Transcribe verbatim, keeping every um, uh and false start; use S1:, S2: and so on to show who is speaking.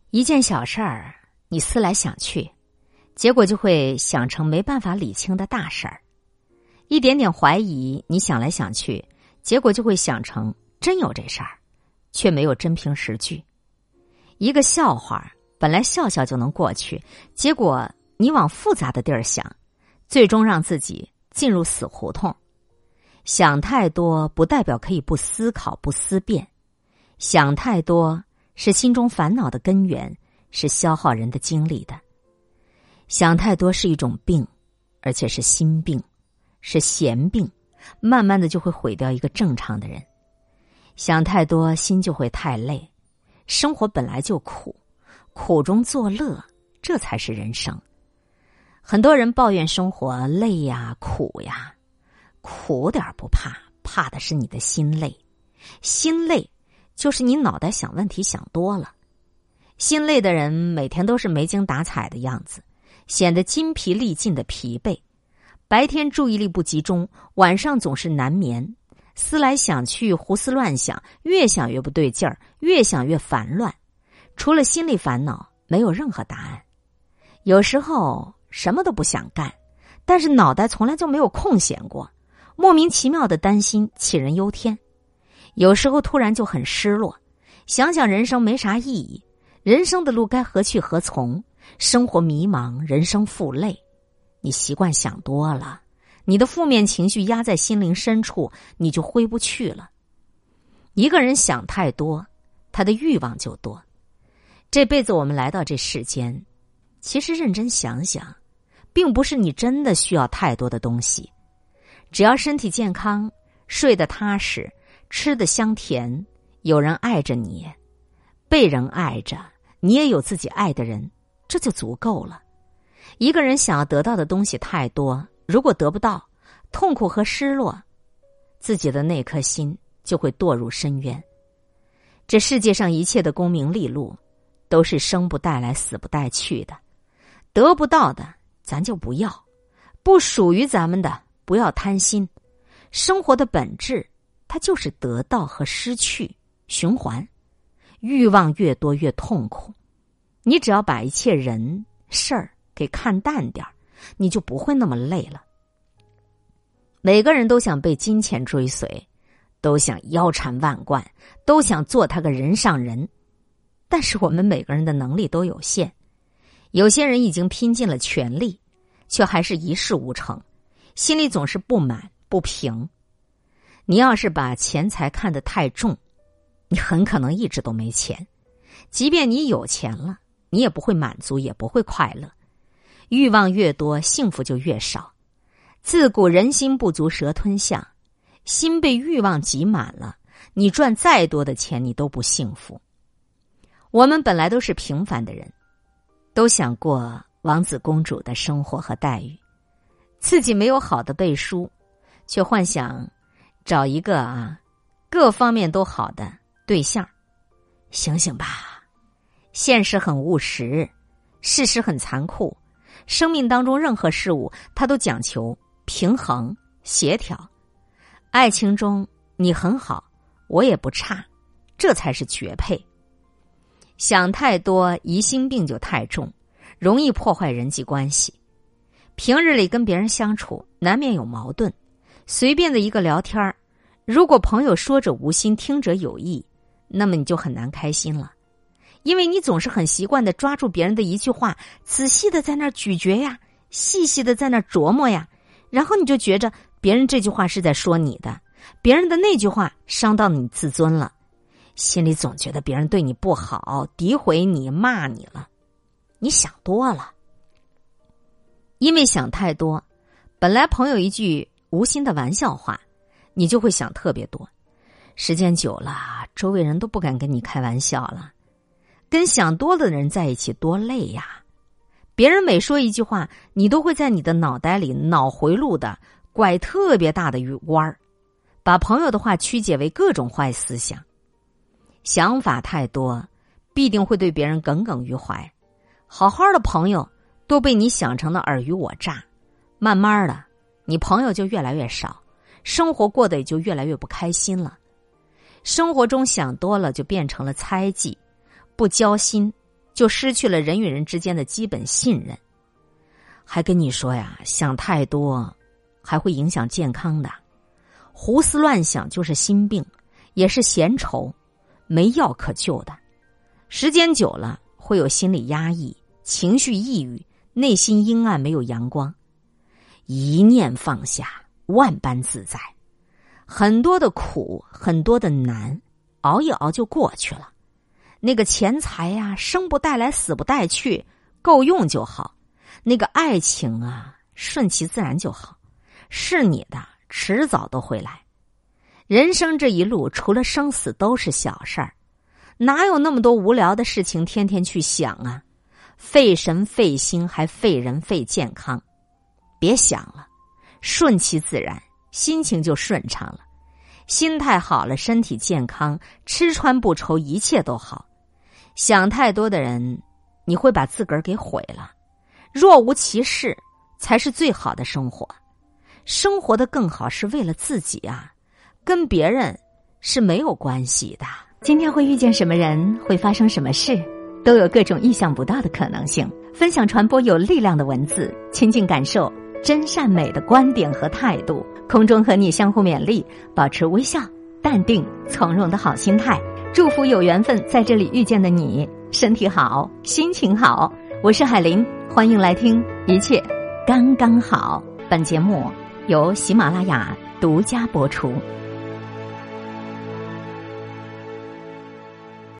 S1: 一件小事儿，你思来想去，结果就会想成没办法理清的大事儿；一点点怀疑，你想来想去，结果就会想成真有这事儿，却没有真凭实据。一个笑话本来笑笑就能过去，结果你往复杂的地儿想，最终让自己进入死胡同。想太多不代表可以不思考不思辨，想太多是心中烦恼的根源，是消耗人的精力的。想太多是一种病，而且是心病，是闲病，慢慢的就会毁掉一个正常的人。想太多，心就会太累。生活本来就苦，苦中作乐，这才是人生。很多人抱怨生活累呀、苦呀，苦点不怕，怕的是你的心累。心累就是你脑袋想问题想多了。心累的人每天都是没精打采的样子，显得筋疲力尽的疲惫。白天注意力不集中，晚上总是难眠，思来想去，胡思乱想，越想越不对劲儿，越想越烦乱。除了心理烦恼，没有任何答案。有时候什么都不想干，但是脑袋从来就没有空闲过，莫名其妙的担心，杞人忧天。有时候突然就很失落，想想人生没啥意义，人生的路该何去何从，生活迷茫，人生负累。你习惯想多了，你的负面情绪压在心灵深处，你就挥不去了。一个人想太多，他的欲望就多。这辈子我们来到这世间，其实认真想想，并不是你真的需要太多的东西。只要身体健康，睡得踏实，吃得香甜，有人爱着你，被人爱着，你也有自己爱的人，这就足够了。一个人想要得到的东西太多，如果得不到，痛苦和失落，自己的那颗心就会堕入深渊。这世界上一切的功名利禄，都是生不带来死不带去的，得不到的咱就不要，不属于咱们的不要贪心。生活的本质它就是得到和失去循环，欲望越多越痛苦。你只要把一切人事儿给看淡点儿，你就不会那么累了。每个人都想被金钱追随，都想腰缠万贯，都想做他个人上人。但是我们每个人的能力都有限，有些人已经拼尽了全力，却还是一事无成，心里总是不满不平。你要是把钱财看得太重，你很可能一直都没钱。即便你有钱了，你也不会满足，也不会快乐。欲望越多，幸福就越少。自古人心不足蛇吞象，心被欲望挤满了，你赚再多的钱，你都不幸福。我们本来都是平凡的人，都想过王子公主的生活和待遇，自己没有好的背书，却幻想找一个啊各方面都好的对象。醒醒吧，现实很务实，事实很残酷。生命当中任何事物，它都讲求平衡协调。爱情中你很好，我也不差，这才是绝配。想太多，疑心病就太重，容易破坏人际关系。平日里跟别人相处，难免有矛盾，随便的一个聊天，如果朋友说者无心，听者有意，那么你就很难开心了。因为你总是很习惯的抓住别人的一句话，仔细的在那儿咀嚼呀，细细的在那儿琢磨呀，然后你就觉着别人这句话是在说你的，别人的那句话伤到你自尊了，心里总觉得别人对你不好，诋毁你，骂你了。你想多了。因为想太多，本来朋友一句无心的玩笑话，你就会想特别多。时间久了，周围人都不敢跟你开玩笑了。跟想多的人在一起多累呀！别人每说一句话，你都会在你的脑袋里脑回路的拐特别大的弯儿，把朋友的话曲解为各种坏思想。想法太多，必定会对别人耿耿于怀。好好的朋友都被你想成了尔虞我诈，慢慢的，你朋友就越来越少，生活过得也就越来越不开心了。生活中想多了，就变成了猜忌，不交心就失去了人与人之间的基本信任。还跟你说呀，想太多还会影响健康的，胡思乱想就是心病，也是闲愁，没药可救的。时间久了会有心理压抑，情绪抑郁，内心阴暗，没有阳光。一念放下，万般自在。很多的苦，很多的难，熬一熬就过去了。那个钱财呀、啊，生不带来，死不带去，够用就好。那个爱情啊，顺其自然就好，是你的，迟早都会来。人生这一路，除了生死都是小事儿，哪有那么多无聊的事情天天去想啊？费神费心，还费人费健康。别想了，顺其自然，心情就顺畅了。心态好了，身体健康，吃穿不愁，一切都好。想太多的人，你会把自个儿给毁了。若无其事，才是最好的生活。生活的更好是为了自己啊，跟别人是没有关系的。今天会遇见什么人，会发生什么事，都有各种意想不到的可能性。分享传播有力量的文字，亲近感受真善美的观点和态度。空中和你相互勉励，保持微笑、淡定、从容的好心态。祝福有缘分在这里遇见的你，身体好，心情好。我是海林，欢迎来听一切刚刚好。本节目由喜马拉雅独家播出。